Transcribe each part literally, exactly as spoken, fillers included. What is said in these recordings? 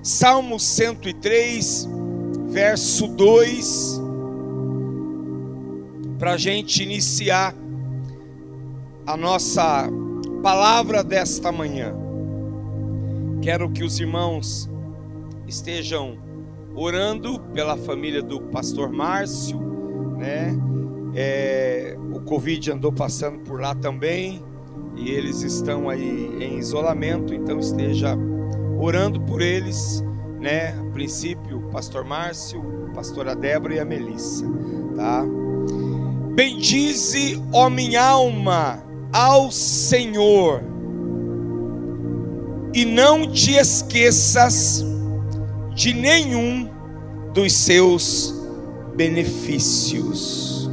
Salmo cento e três, verso dois, para a gente iniciar a nossa palavra desta manhã. Quero que os irmãos estejam orando pela família do pastor Márcio, né? É, o Covid andou passando por lá também, e eles estão aí em isolamento, então esteja orando por eles, né? A princípio, o pastor Márcio, a pastora Débora e a Melissa, tá? Bendize, ó minha alma, ao Senhor, e não te esqueças de nenhum dos seus benefícios.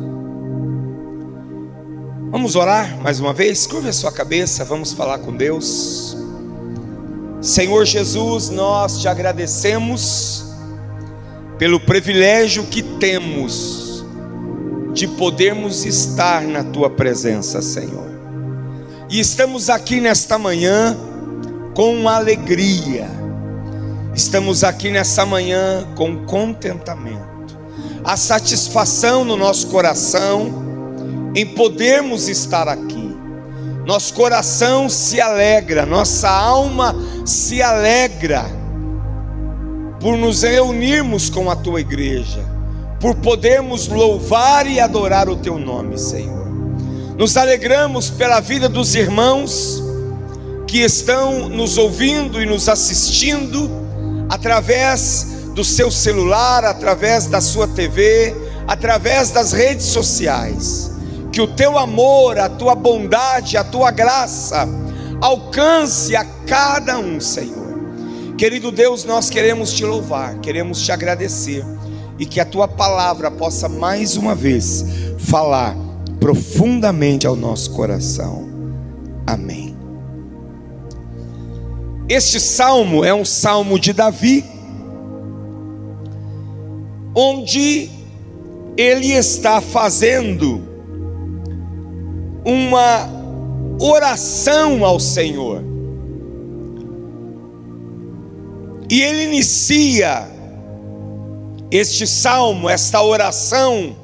Vamos orar mais uma vez? Curva a sua cabeça, vamos falar com Deus. Senhor Jesus, nós te agradecemos pelo privilégio que temos de podermos estar na tua presença, Senhor. E estamos aqui nesta manhã com alegria. Estamos aqui nessa manhã com contentamento, a satisfação no nosso coração em podermos estar aqui. Nosso coração se alegra, nossa alma se alegra por nos reunirmos com a tua igreja, por podermos louvar e adorar o teu nome, Senhor. Nos alegramos pela vida dos irmãos que estão nos ouvindo e nos assistindo através do seu celular, através da sua T V, através das redes sociais. Que o teu amor, a tua bondade, a tua graça alcance a cada um, Senhor. Querido Deus, nós queremos te louvar, queremos te agradecer, e que a tua palavra possa mais uma vez falar profundamente ao nosso coração. Amém. Este salmo é um salmo de Davi, onde ele está fazendo uma oração ao Senhor, e ele inicia este salmo, esta oração,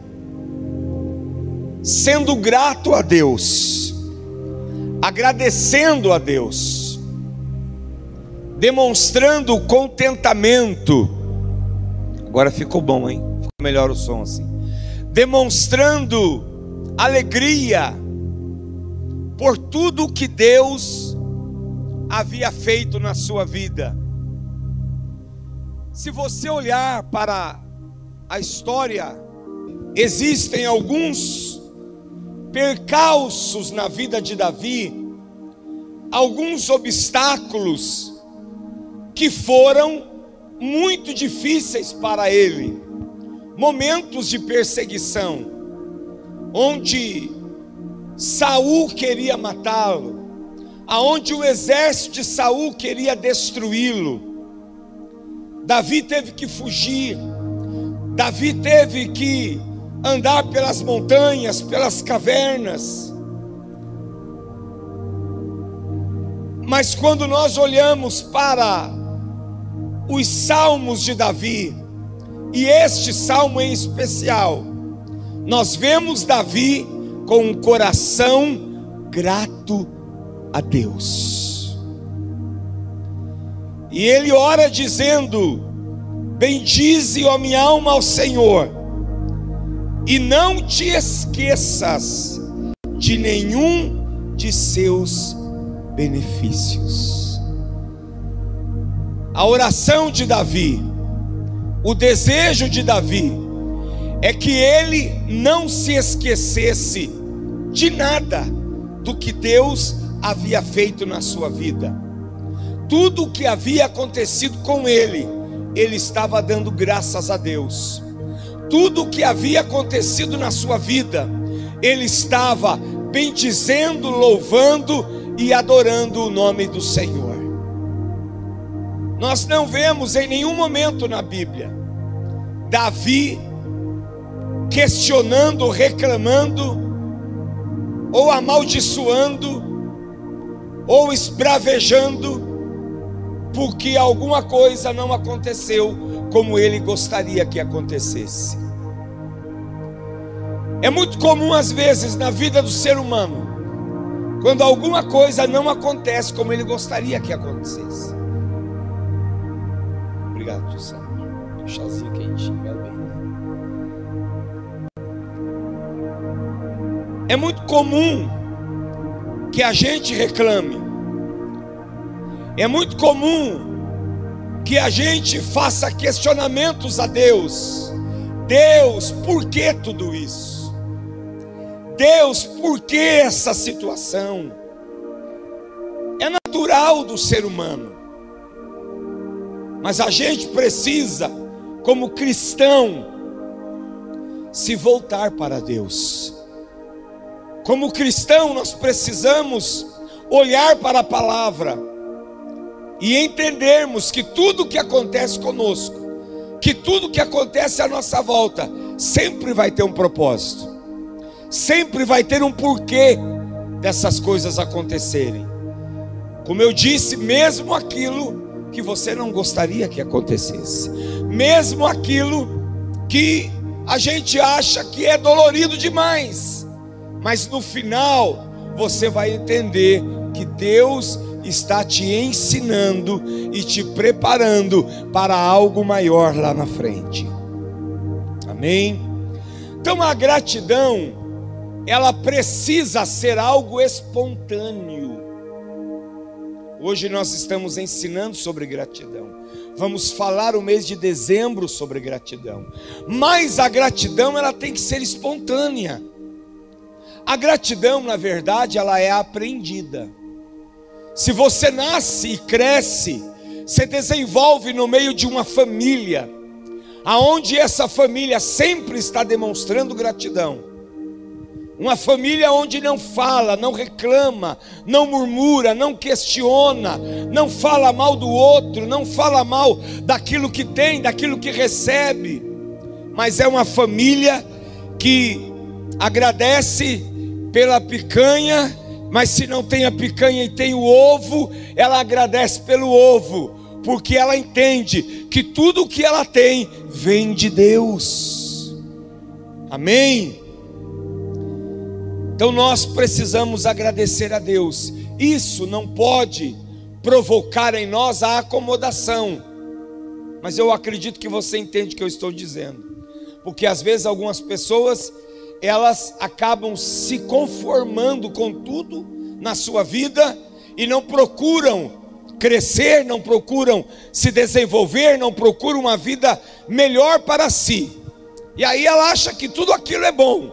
sendo grato a Deus, agradecendo a Deus, demonstrando contentamento. Agora ficou bom, hein? Ficou melhor o som assim. Demonstrando alegria por tudo que Deus havia feito na sua vida. Se você olhar para a história, existem alguns percalços na vida de Davi, alguns obstáculos que foram muito difíceis para ele, momentos de perseguição, onde Saul queria matá-lo, aonde o exército de Saul queria destruí-lo. Davi teve que fugir, Davi teve que andar pelas montanhas, pelas cavernas. Mas quando nós olhamos para os salmos de Davi, e este salmo em especial, nós vemos Davi com um coração grato a Deus. E ele ora dizendo: bendize, ó minha alma, ao Senhor, e não te esqueças de nenhum de seus benefícios. A oração de Davi, o desejo de Davi, é que ele não se esquecesse de nada do que Deus havia feito na sua vida. Tudo o que havia acontecido com ele, ele estava dando graças a Deus. Tudo o que havia acontecido na sua vida, ele estava bendizendo, louvando e adorando o nome do Senhor. Nós não vemos em nenhum momento na Bíblia Davi questionando, reclamando, ou amaldiçoando, ou esbravejando, porque alguma coisa não aconteceu como ele gostaria que acontecesse. É muito comum às vezes na vida do ser humano, quando alguma coisa não acontece como ele gostaria que acontecesse. Obrigado, tio Sérgio. Chazinho quentinho, quero bem. É muito comum que a gente reclame. É muito comum que a gente faça questionamentos a Deus. Deus, por que tudo isso? Deus, por que essa situação? É natural do ser humano. Mas a gente precisa, como cristão, se voltar para Deus. Como cristão, nós precisamos olhar para a palavra e entendermos que tudo que acontece conosco, que tudo que acontece à nossa volta, sempre vai ter um propósito, sempre vai ter um porquê dessas coisas acontecerem. Como eu disse, mesmo aquilo que você não gostaria que acontecesse, mesmo aquilo que a gente acha que é dolorido demais, mas no final você vai entender que Deus está te ensinando e te preparando para algo maior lá na frente. Amém? Então a gratidão, ela precisa ser algo espontâneo. Hoje nós estamos ensinando sobre gratidão. Vamos falar o mês de dezembro sobre gratidão. Mas a gratidão, ela tem que ser espontânea. A gratidão, na verdade, ela é aprendida. Se você nasce e cresce, se desenvolve no meio de uma família, aonde essa família sempre está demonstrando gratidão. Uma família onde não fala, não reclama, não murmura, não questiona, não fala mal do outro, não fala mal daquilo que tem, daquilo que recebe. Mas é uma família que agradece pela picanha, mas se não tem a picanha e tem o ovo, ela agradece pelo ovo, porque ela entende que tudo o que ela tem vem de Deus. Amém? Então nós precisamos agradecer a Deus. Isso não pode provocar em nós a acomodação, mas eu acredito que você entende o que eu estou dizendo, porque às vezes algumas pessoas, elas acabam se conformando com tudo na sua vida e não procuram crescer, não procuram se desenvolver, não procuram uma vida melhor para si. E aí ela acha que tudo aquilo é bom.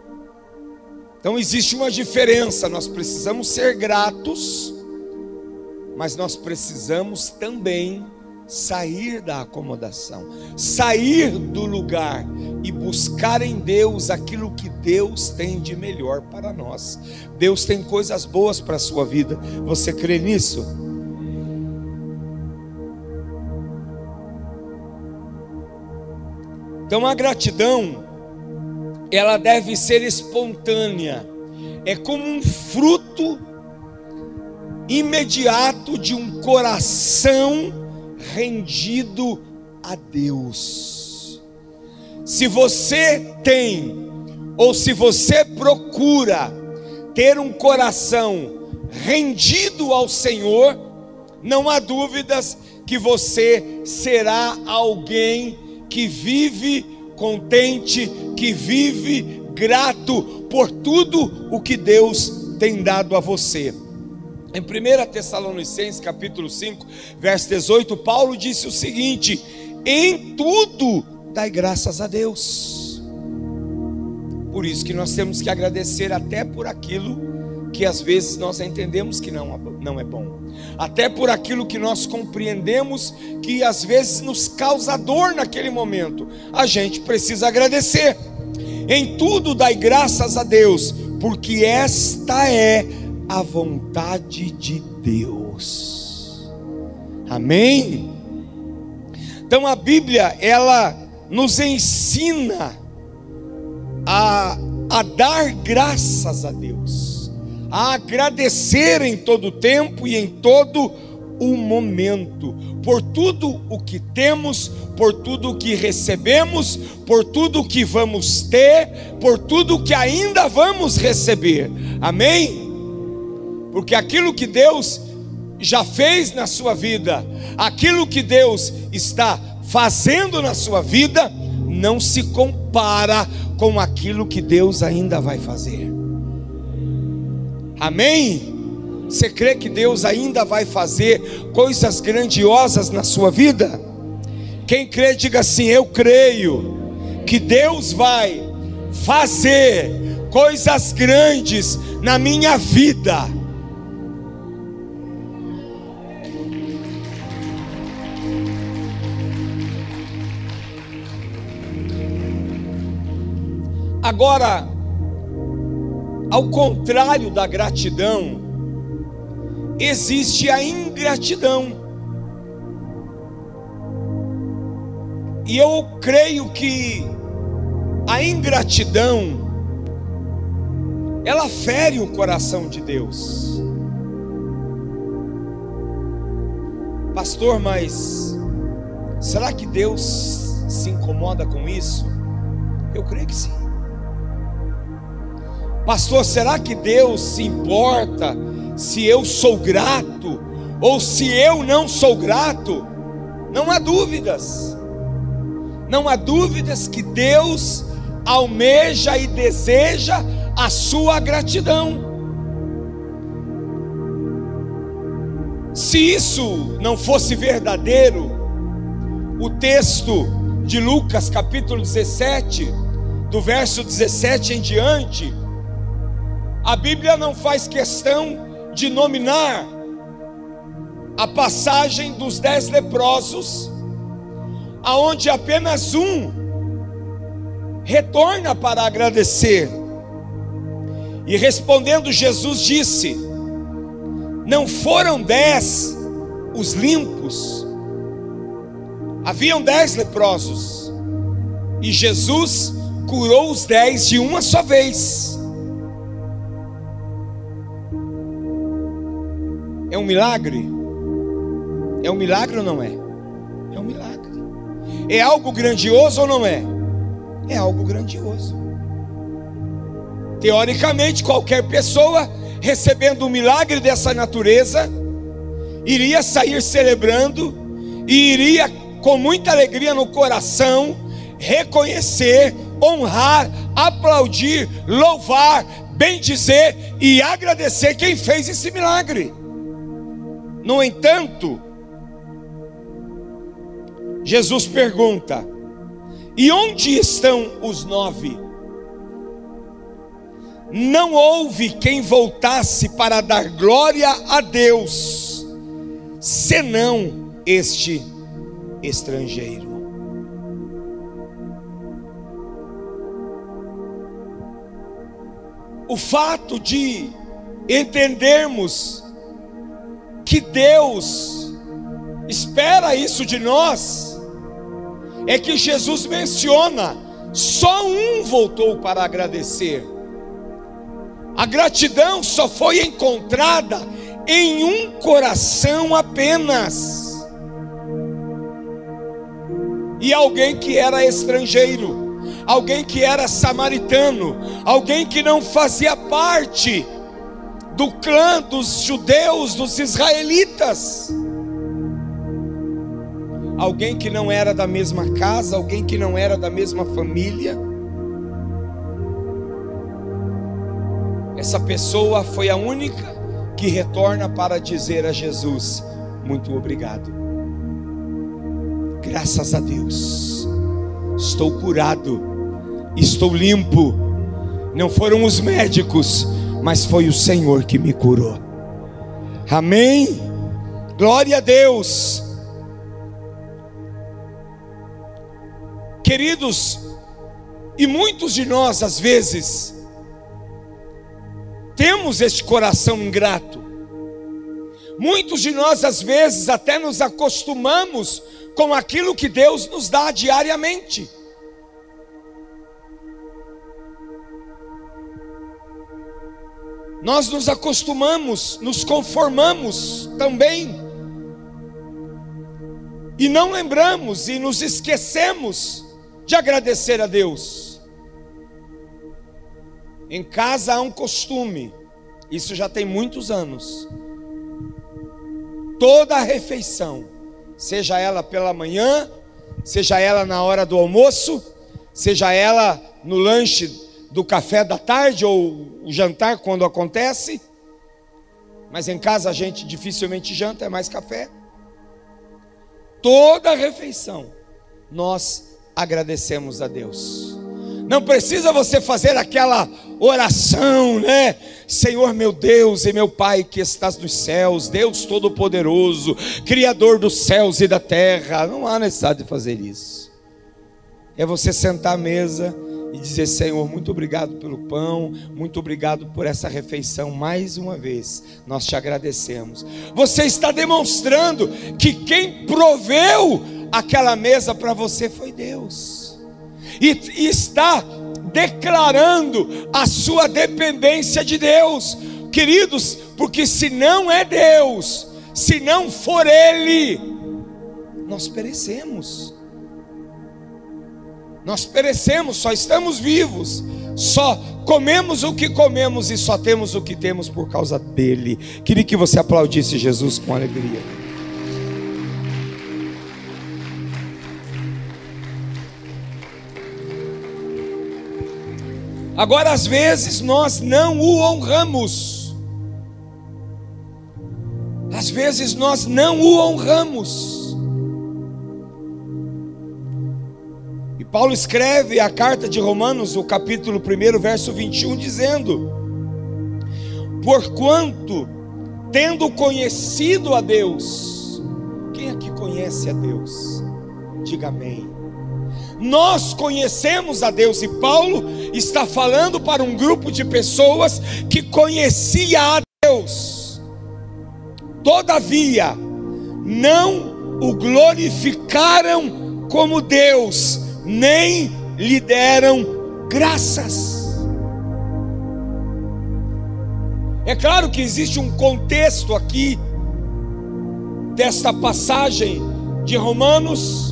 Então existe uma diferença, nós precisamos ser gratos, mas nós precisamos também sair da acomodação, sair do lugar e buscar em Deus aquilo que Deus tem de melhor para nós. Deus tem coisas boas para a sua vida, você crê nisso? Então a gratidão, ela deve ser espontânea, é como um fruto imediato de um coração rendido a Deus. Se você tem, ou se você procura ter um coração rendido ao Senhor, não há dúvidas que você será alguém que vive contente, que vive grato por tudo o que Deus tem dado a você. Em primeira Tessalonicenses capítulo cinco, verso dezoito, Paulo disse o seguinte: em tudo dai graças a Deus. Por isso que nós temos que agradecer até por aquilo que às vezes nós entendemos que não, não é bom, até por aquilo que nós compreendemos que às vezes nos causa dor naquele momento. A gente precisa agradecer. Em tudo dai graças a Deus, porque esta é a vontade de Deus. Amém? Então a Bíblia, ela nos ensina a, a dar graças a Deus, a agradecer em todo tempo e em todo o momento, por tudo o que temos, por tudo o que recebemos, por tudo o que vamos ter, por tudo o que ainda vamos receber. Amém? Porque aquilo que Deus já fez na sua vida, aquilo que Deus está fazendo na sua vida, não se compara com aquilo que Deus ainda vai fazer. Amém? Você crê que Deus ainda vai fazer coisas grandiosas na sua vida? Quem crê, diga assim: eu creio que Deus vai fazer coisas grandes na minha vida. Agora, ao contrário da gratidão, existe a ingratidão. E eu creio que a ingratidão, ela fere o coração de Deus. Pastor, mas será que Deus se incomoda com isso? Eu creio que sim. Pastor, será que Deus se importa se eu sou grato ou se eu não sou grato? Não há dúvidas. Não há dúvidas que Deus almeja e deseja a sua gratidão. Se isso não fosse verdadeiro, o texto de Lucas capítulo dezessete, do verso dezessete em diante, a Bíblia não faz questão de nominar a passagem dos dez leprosos, aonde apenas um retorna para agradecer. E respondendo, Jesus disse: não foram dez os limpos, haviam dez leprosos, e Jesus curou os dez de uma só vez. É um milagre? É um milagre ou não é? É um milagre. É algo grandioso ou não é? É algo grandioso. Teoricamente, qualquer pessoa recebendo um milagre dessa natureza iria sair celebrando e iria com muita alegria no coração reconhecer, honrar, aplaudir, louvar, bendizer e agradecer quem fez esse milagre. No entanto, Jesus pergunta: e onde estão os nove? Não houve quem voltasse para dar glória a Deus, senão este estrangeiro. O fato de entendermos que Deus espera isso de nós, é que Jesus menciona: só um voltou para agradecer. A gratidão só foi encontrada em um coração apenas, e alguém que era estrangeiro, alguém que era samaritano, alguém que não fazia parte do clã dos judeus, dos israelitas, alguém que não era da mesma casa, alguém que não era da mesma família. Essa pessoa foi a única que retorna para dizer a Jesus: muito obrigado, graças a Deus, estou curado, estou limpo. Não foram os médicos, mas foi o Senhor que me curou. Amém? Glória a Deus. Queridos, e muitos de nós às vezes temos este coração ingrato. Muitos de nós às vezes até nos acostumamos com aquilo que Deus nos dá diariamente. Nós nos acostumamos, nos conformamos também e não lembramos e nos esquecemos de agradecer a Deus. Em casa há um costume, isso já tem muitos anos. Toda a refeição, seja ela pela manhã, seja ela na hora do almoço, seja ela no lanche do café da tarde ou o jantar quando acontece, mas em casa a gente dificilmente janta, é mais café. Toda a refeição nós agradecemos a Deus. Não precisa você fazer aquela oração, né? Senhor meu Deus e meu Pai que estás nos céus, Deus Todo-Poderoso, Criador dos céus e da terra. Não há necessidade de fazer isso. É você sentar à mesa e dizer: Senhor, muito obrigado pelo pão, muito obrigado por essa refeição. Mais uma vez nós te agradecemos. Você está demonstrando que quem proveu aquela mesa para você foi Deus, e, e está declarando a sua dependência de Deus, queridos, porque se não é Deus, se não for Ele, nós perecemos. Nós perecemos, só estamos vivos, só comemos o que comemos e só temos o que temos por causa dele. Queria que você aplaudisse Jesus com alegria. Agora, às vezes nós não o honramos. Às vezes nós não o honramos. Paulo escreve a carta de Romanos, o capítulo um, verso vinte e um, dizendo: porquanto, tendo conhecido a Deus, quem aqui conhece a Deus? Diga amém. Nós conhecemos a Deus, e Paulo está falando para um grupo de pessoas que conhecia a Deus, todavia não o glorificaram como Deus, nem lhe deram graças. É claro que existe um contexto aqui desta passagem de Romanos.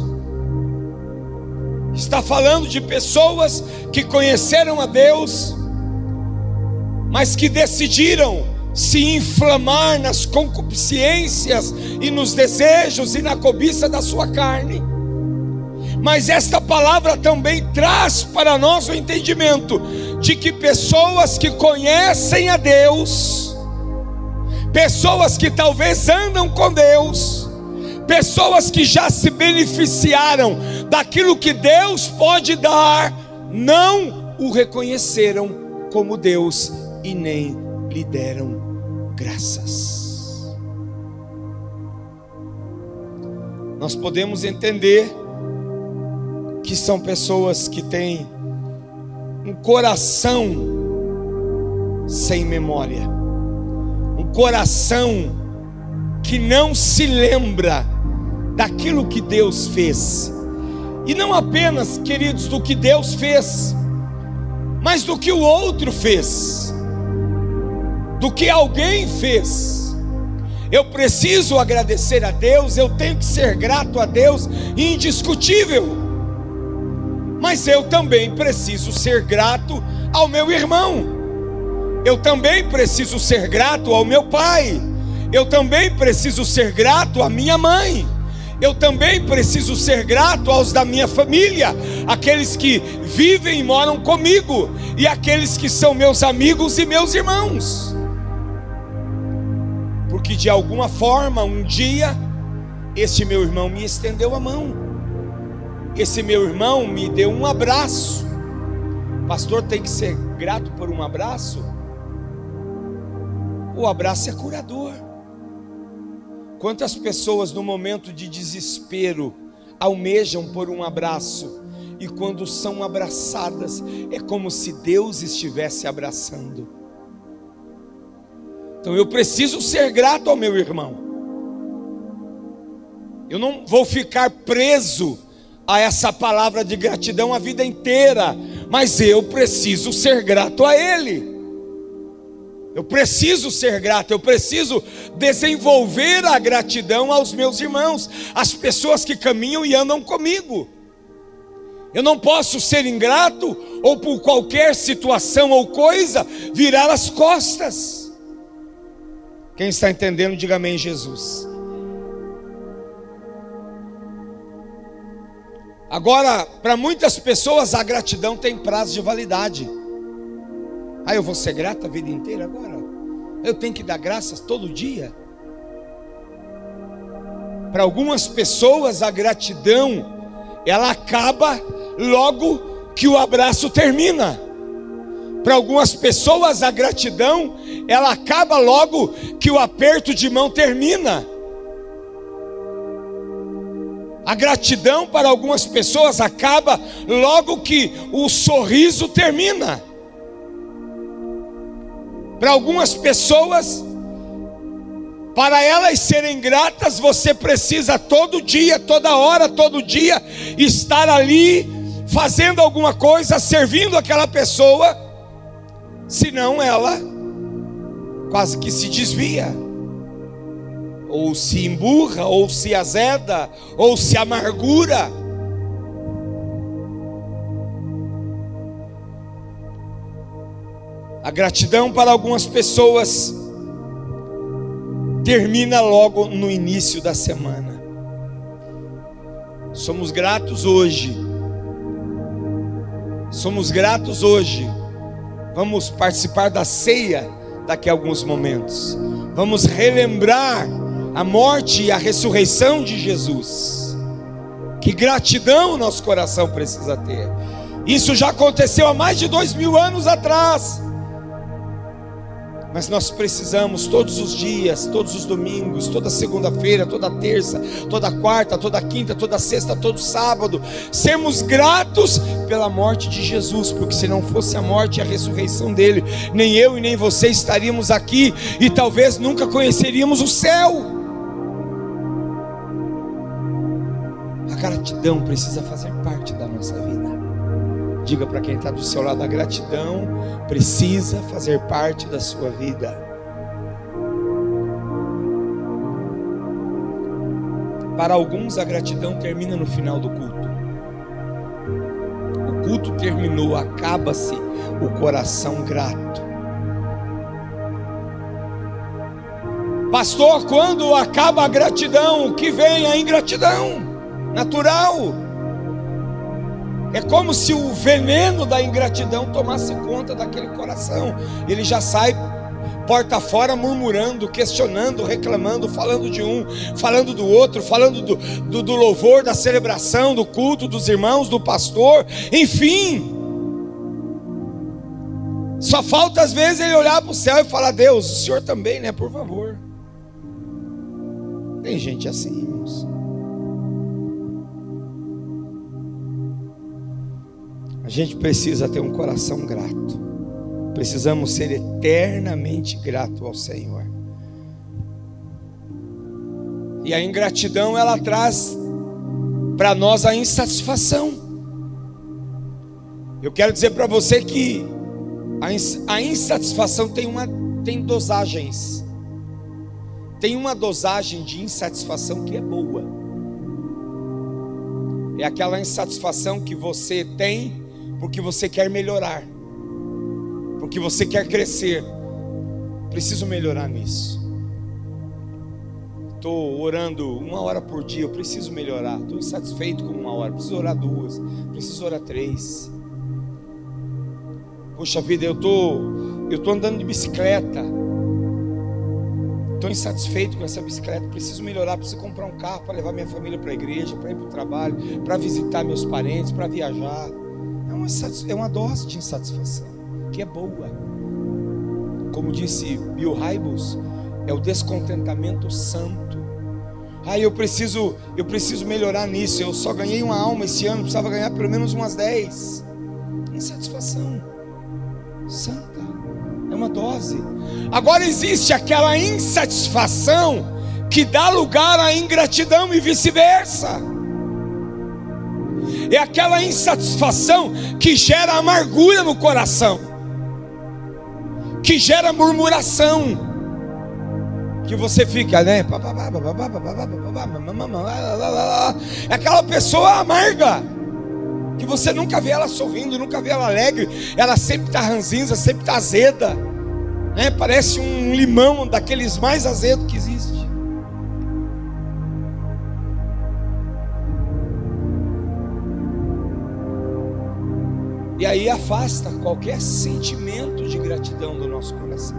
Está falando de pessoas que conheceram a Deus, mas que decidiram se inflamar nas concupiscências e nos desejos e na cobiça da sua carne. Mas esta palavra também traz para nós o entendimento de que pessoas que conhecem a Deus, pessoas que talvez andam com Deus, pessoas que já se beneficiaram daquilo que Deus pode dar, não o reconheceram como Deus e nem lhe deram graças. Nós podemos entender que são pessoas que têm um coração sem memória, um coração que não se lembra daquilo que Deus fez, e não apenas, queridos, do que Deus fez, mas do que o outro fez, do que alguém fez. Eu preciso agradecer a Deus, eu tenho que ser grato a Deus, indiscutível. Mas eu também preciso ser grato ao meu irmão, eu também preciso ser grato ao meu pai, eu também preciso ser grato à minha mãe, eu também preciso ser grato aos da minha família, aqueles que vivem e moram comigo, e aqueles que são meus amigos e meus irmãos, porque de alguma forma, um dia, este meu irmão me estendeu a mão, esse meu irmão me deu um abraço. Pastor, tem que ser grato por um abraço? O abraço é curador. Quantas pessoas no momento de desespero almejam por um abraço, e quando são abraçadas, é como se Deus estivesse abraçando. Então eu preciso ser grato ao meu irmão. Eu não vou ficar preso a essa palavra de gratidão a vida inteira, mas eu preciso ser grato a ele. Eu preciso ser grato, eu preciso desenvolver a gratidão aos meus irmãos, às pessoas que caminham e andam comigo. Eu não posso ser ingrato ou por qualquer situação ou coisa virar as costas. Quem está entendendo, diga amém, Jesus. Agora, para muitas pessoas a gratidão tem prazo de validade. Ah, eu vou ser grato a vida inteira agora? Eu tenho que dar graças todo dia? Para algumas pessoas a gratidão, ela acaba logo que o abraço termina. Para algumas pessoas a gratidão, ela acaba logo que o aperto de mão termina. A gratidão para algumas pessoas acaba logo que o sorriso termina. Para algumas pessoas, para elas serem gratas, você precisa todo dia, toda hora, todo dia estar ali fazendo alguma coisa, servindo aquela pessoa, senão ela quase que se desvia, ou se emburra, ou se azeda, ou se amargura. A gratidão para algumas pessoas termina logo no início da semana. Somos gratos hoje. Somos gratos hoje. Vamos participar da ceia daqui a alguns momentos. Vamos relembrar a morte e a ressurreição de Jesus. Que gratidão o nosso coração precisa ter. Isso já aconteceu há mais de dois mil anos atrás. Mas nós precisamos todos os dias, todos os domingos, toda segunda-feira, toda terça, toda quarta, toda quinta, toda sexta, todo sábado, sermos gratos pela morte de Jesus, porque se não fosse a morte e a ressurreição dele, nem eu e nem você estaríamos aqui e talvez nunca conheceríamos o céu. A gratidão precisa fazer parte da nossa vida. Diga para quem está do seu lado, a gratidão precisa fazer parte da sua vida. Para alguns a gratidão termina no final do culto. O culto terminou, acaba-se o coração grato. Pastor, quando acaba a gratidão, o que vem? A ingratidão natural. É como se o veneno da ingratidão tomasse conta daquele coração. Ele já sai porta fora murmurando, questionando, reclamando, falando de um, falando do outro, falando do, do, do louvor, da celebração, do culto, dos irmãos, do pastor, enfim. Só falta às vezes ele olhar para o céu e falar: Deus, o Senhor também, né? Por favor. Tem gente assim, irmãos. A gente precisa ter um coração grato. Precisamos ser eternamente gratos ao Senhor. E a ingratidão, ela traz para nós a insatisfação. Eu quero dizer para você que a insatisfação tem, uma, tem dosagens. Tem uma dosagem de insatisfação que é boa. É aquela insatisfação que você tem porque você quer melhorar, porque você quer crescer. Preciso melhorar nisso. Estou orando uma hora por dia, eu preciso melhorar. Estou insatisfeito com uma hora, preciso orar duas, preciso orar três. Poxa vida, eu estou eu tô andando de bicicleta, estou insatisfeito com essa bicicleta, preciso melhorar, preciso comprar um carro para levar minha família para a igreja, para ir para o trabalho, para visitar meus parentes, para viajar. É uma, é uma dose de insatisfação que é boa. Como disse Bill Hybels, é o descontentamento santo. Ah, eu preciso, eu preciso melhorar nisso. Eu só ganhei uma alma esse ano, precisava ganhar pelo menos umas dez. Insatisfação santa, é uma dose. Agora existe aquela insatisfação que dá lugar à ingratidão e vice-versa. É aquela insatisfação que gera amargura no coração, que gera murmuração, que você fica, né? É aquela pessoa amarga, que você nunca vê ela sorrindo, nunca vê ela alegre, ela sempre está ranzinza, sempre está azeda, né? Parece um limão daqueles mais azedos que existe. E aí afasta qualquer sentimento de gratidão do nosso coração.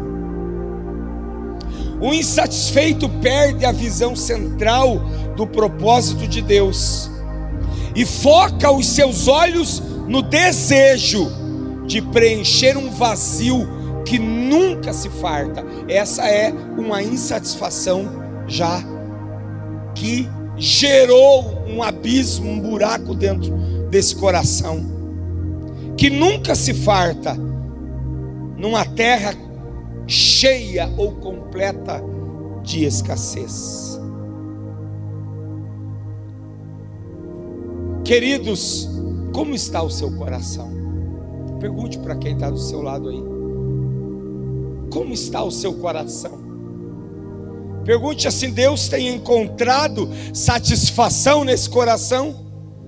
O insatisfeito perde a visão central do propósito de Deus e foca os seus olhos no desejo de preencher um vazio que nunca se farta. Essa é uma insatisfação já que gerou um abismo, um buraco dentro desse coração, que nunca se farta, numa terra cheia ou completa de escassez. Queridos, como está o seu coração? Pergunte para quem está do seu lado aí. Como está o seu coração? Pergunte assim: Deus tem encontrado satisfação nesse coração?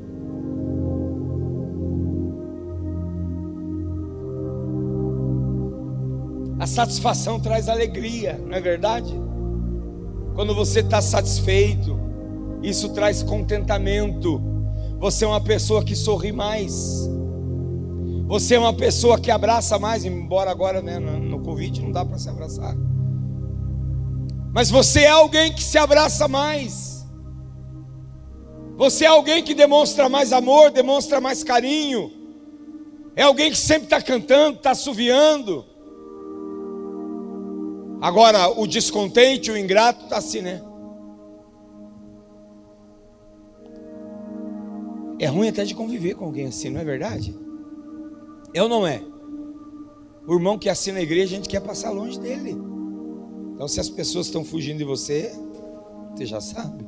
A satisfação traz alegria, não é verdade? Quando você está satisfeito, isso traz contentamento. Você é uma pessoa que sorri mais. Você é uma pessoa que abraça mais, embora agora, né, no, no Covid não dá para se abraçar. Mas você é alguém que se abraça mais. Você é alguém que demonstra mais amor, demonstra mais carinho. É alguém que sempre está cantando, está assoviando. Agora, o descontente, o ingrato está assim, né? É ruim até de conviver com alguém assim, não é verdade? É ou não é? O irmão que assina a igreja, a gente quer passar longe dele. Então, se as pessoas estão fugindo de você, você já sabe.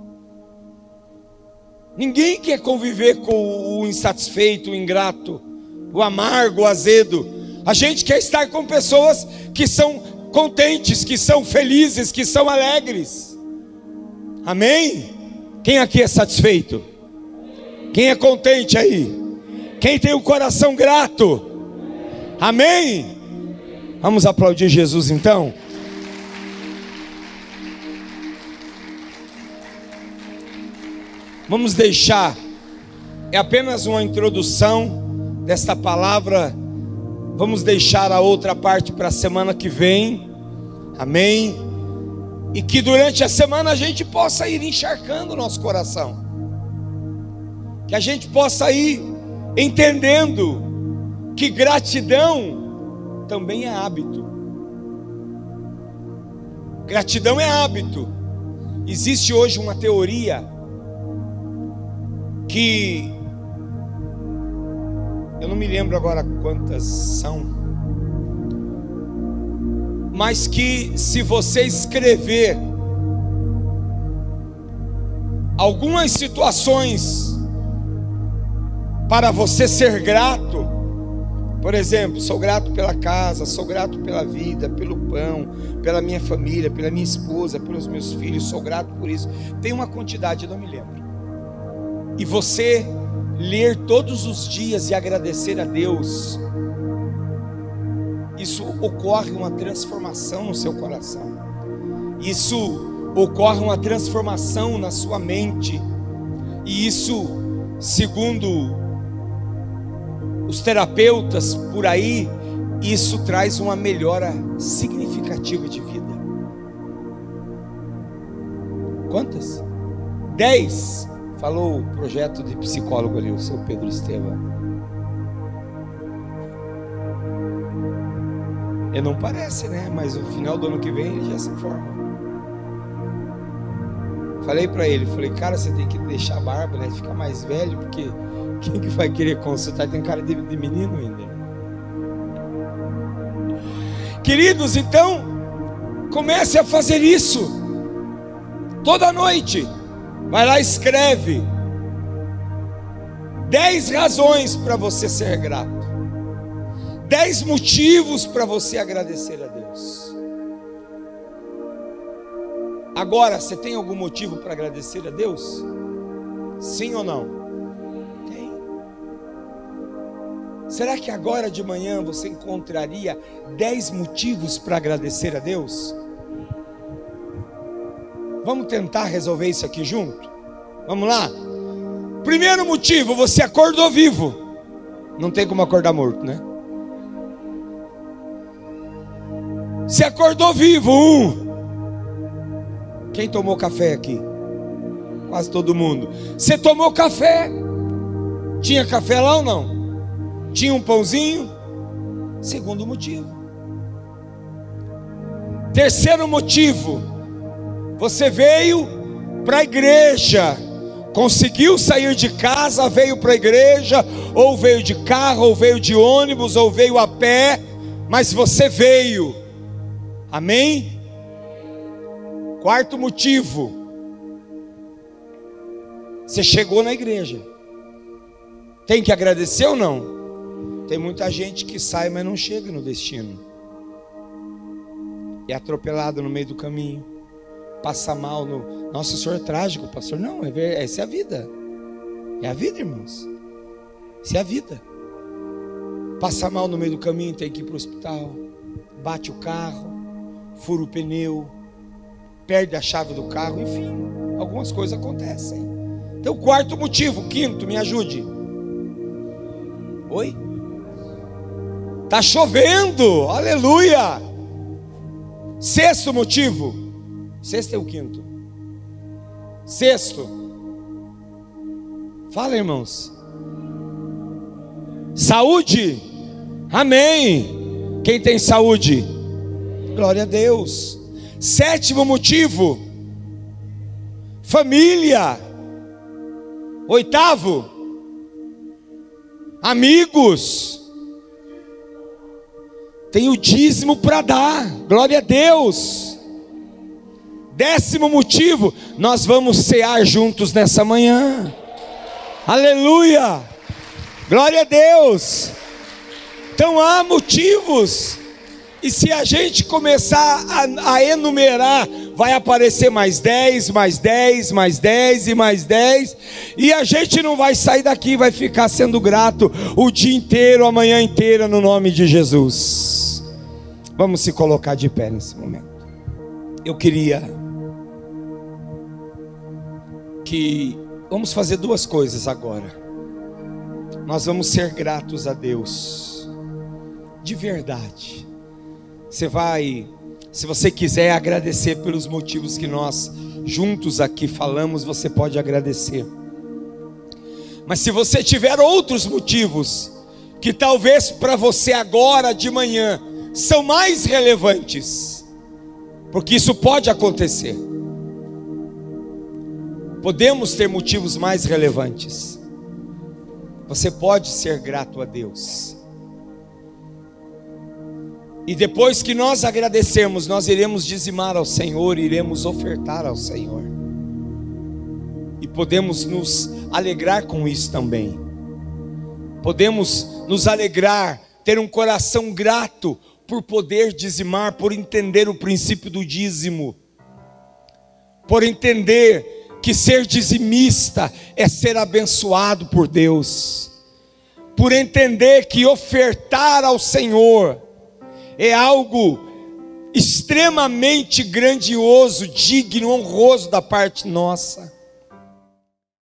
Ninguém quer conviver com o insatisfeito, o ingrato, o amargo, o azedo. A gente quer estar com pessoas que são contentes, que são felizes, que são alegres. Amém? Quem aqui é satisfeito? Quem é contente aí? Quem tem o coração grato? Amém? Vamos aplaudir Jesus então? Vamos deixar, é apenas uma introdução desta palavra. Vamos deixar a outra parte para a semana que vem. Amém? E que durante a semana a gente possa ir encharcando o nosso coração. Que a gente possa ir entendendo que gratidão também é hábito. Gratidão é hábito. Existe hoje uma teoria que eu não me lembro agora quantas são, mas que se você escrever algumas situações para você ser grato, por exemplo, sou grato pela casa, sou grato pela vida, pelo pão, pela minha família, pela minha esposa, pelos meus filhos, sou grato por isso. Tem uma quantidade, eu não me lembro. E você ler todos os dias e agradecer a Deus, isso ocorre uma transformação no seu coração. Isso ocorre uma transformação na sua mente. E isso, segundo os terapeutas por aí, isso traz uma melhora significativa de vida. Quantas? Dez. Falou o projeto de psicólogo ali, o seu Pedro Estevam. Ele não parece, né? Mas no final do ano que vem ele já se forma. Falei pra ele, falei, cara, você tem que deixar a barba, né? Ficar mais velho, porque quem que vai querer consultar? Tem cara de, de menino ainda. Queridos, então, comece a fazer isso. Toda noite. Vai lá e escreve dez razões para você ser grato. Dez motivos para você agradecer a Deus. Agora, você tem algum motivo para agradecer a Deus? Sim ou não? Tem. Será que agora de manhã você encontraria dez motivos para agradecer a Deus? Vamos tentar resolver isso aqui junto? Vamos lá? Primeiro motivo, você acordou vivo. Não tem como acordar morto, né? Você acordou vivo, um. Quem tomou café aqui? Quase todo mundo. Você tomou café? Tinha café lá ou não? Tinha um pãozinho? Segundo motivo. Terceiro motivo, você veio para a igreja, conseguiu sair de casa, veio para a igreja, ou veio de carro, ou veio de ônibus, ou veio a pé, mas você veio. Amém? Quarto motivo, você chegou na igreja. Tem que agradecer ou não? Tem muita gente que sai, mas não chega no destino. É atropelado no meio do caminho, passa mal no... Nossa, o senhor é trágico, pastor. Não, é ver... essa é a vida. É a vida, irmãos. Essa é a vida. Passa mal no meio do caminho, tem que ir para o hospital, bate o carro, fura o pneu, perde a chave do carro, enfim, algumas coisas acontecem. Então, quarto motivo, quinto, me ajude. Oi? Tá chovendo, aleluia. Sexto motivo. Sexto é o quinto. Sexto. Fala, irmãos. Saúde. Amém. Quem tem saúde? Glória a Deus. Sétimo motivo. Família. Oitavo. Amigos. Tem o dízimo para dar. Glória a Deus. Décimo motivo, nós vamos cear juntos nessa manhã. Aleluia. Glória a Deus. Então há motivos. E se a gente começar a, a enumerar, vai aparecer mais dez, mais dez, mais dez e mais dez. E a gente não vai sair daqui, vai ficar sendo grato o dia inteiro, a manhã inteira, no nome de Jesus. Vamos se colocar de pé nesse momento. Eu queria que... Vamos fazer duas coisas agora. Nós vamos ser gratos a Deus. De verdade. Você vai, se você quiser agradecer pelos motivos que nós juntos aqui falamos, você pode agradecer. Mas se você tiver outros motivos, que talvez para você agora de manhã são mais relevantes, porque isso pode acontecer. Podemos ter motivos mais relevantes. Você pode ser grato a Deus. E depois que nós agradecermos, nós iremos dizimar ao Senhor, iremos ofertar ao Senhor. E podemos nos alegrar com isso também. Podemos nos alegrar, ter um coração grato por poder dizimar, por entender o princípio do dízimo. Por entender que ser dizimista é ser abençoado por Deus. Por entender que ofertar ao Senhor é algo extremamente grandioso, digno, honroso da parte nossa.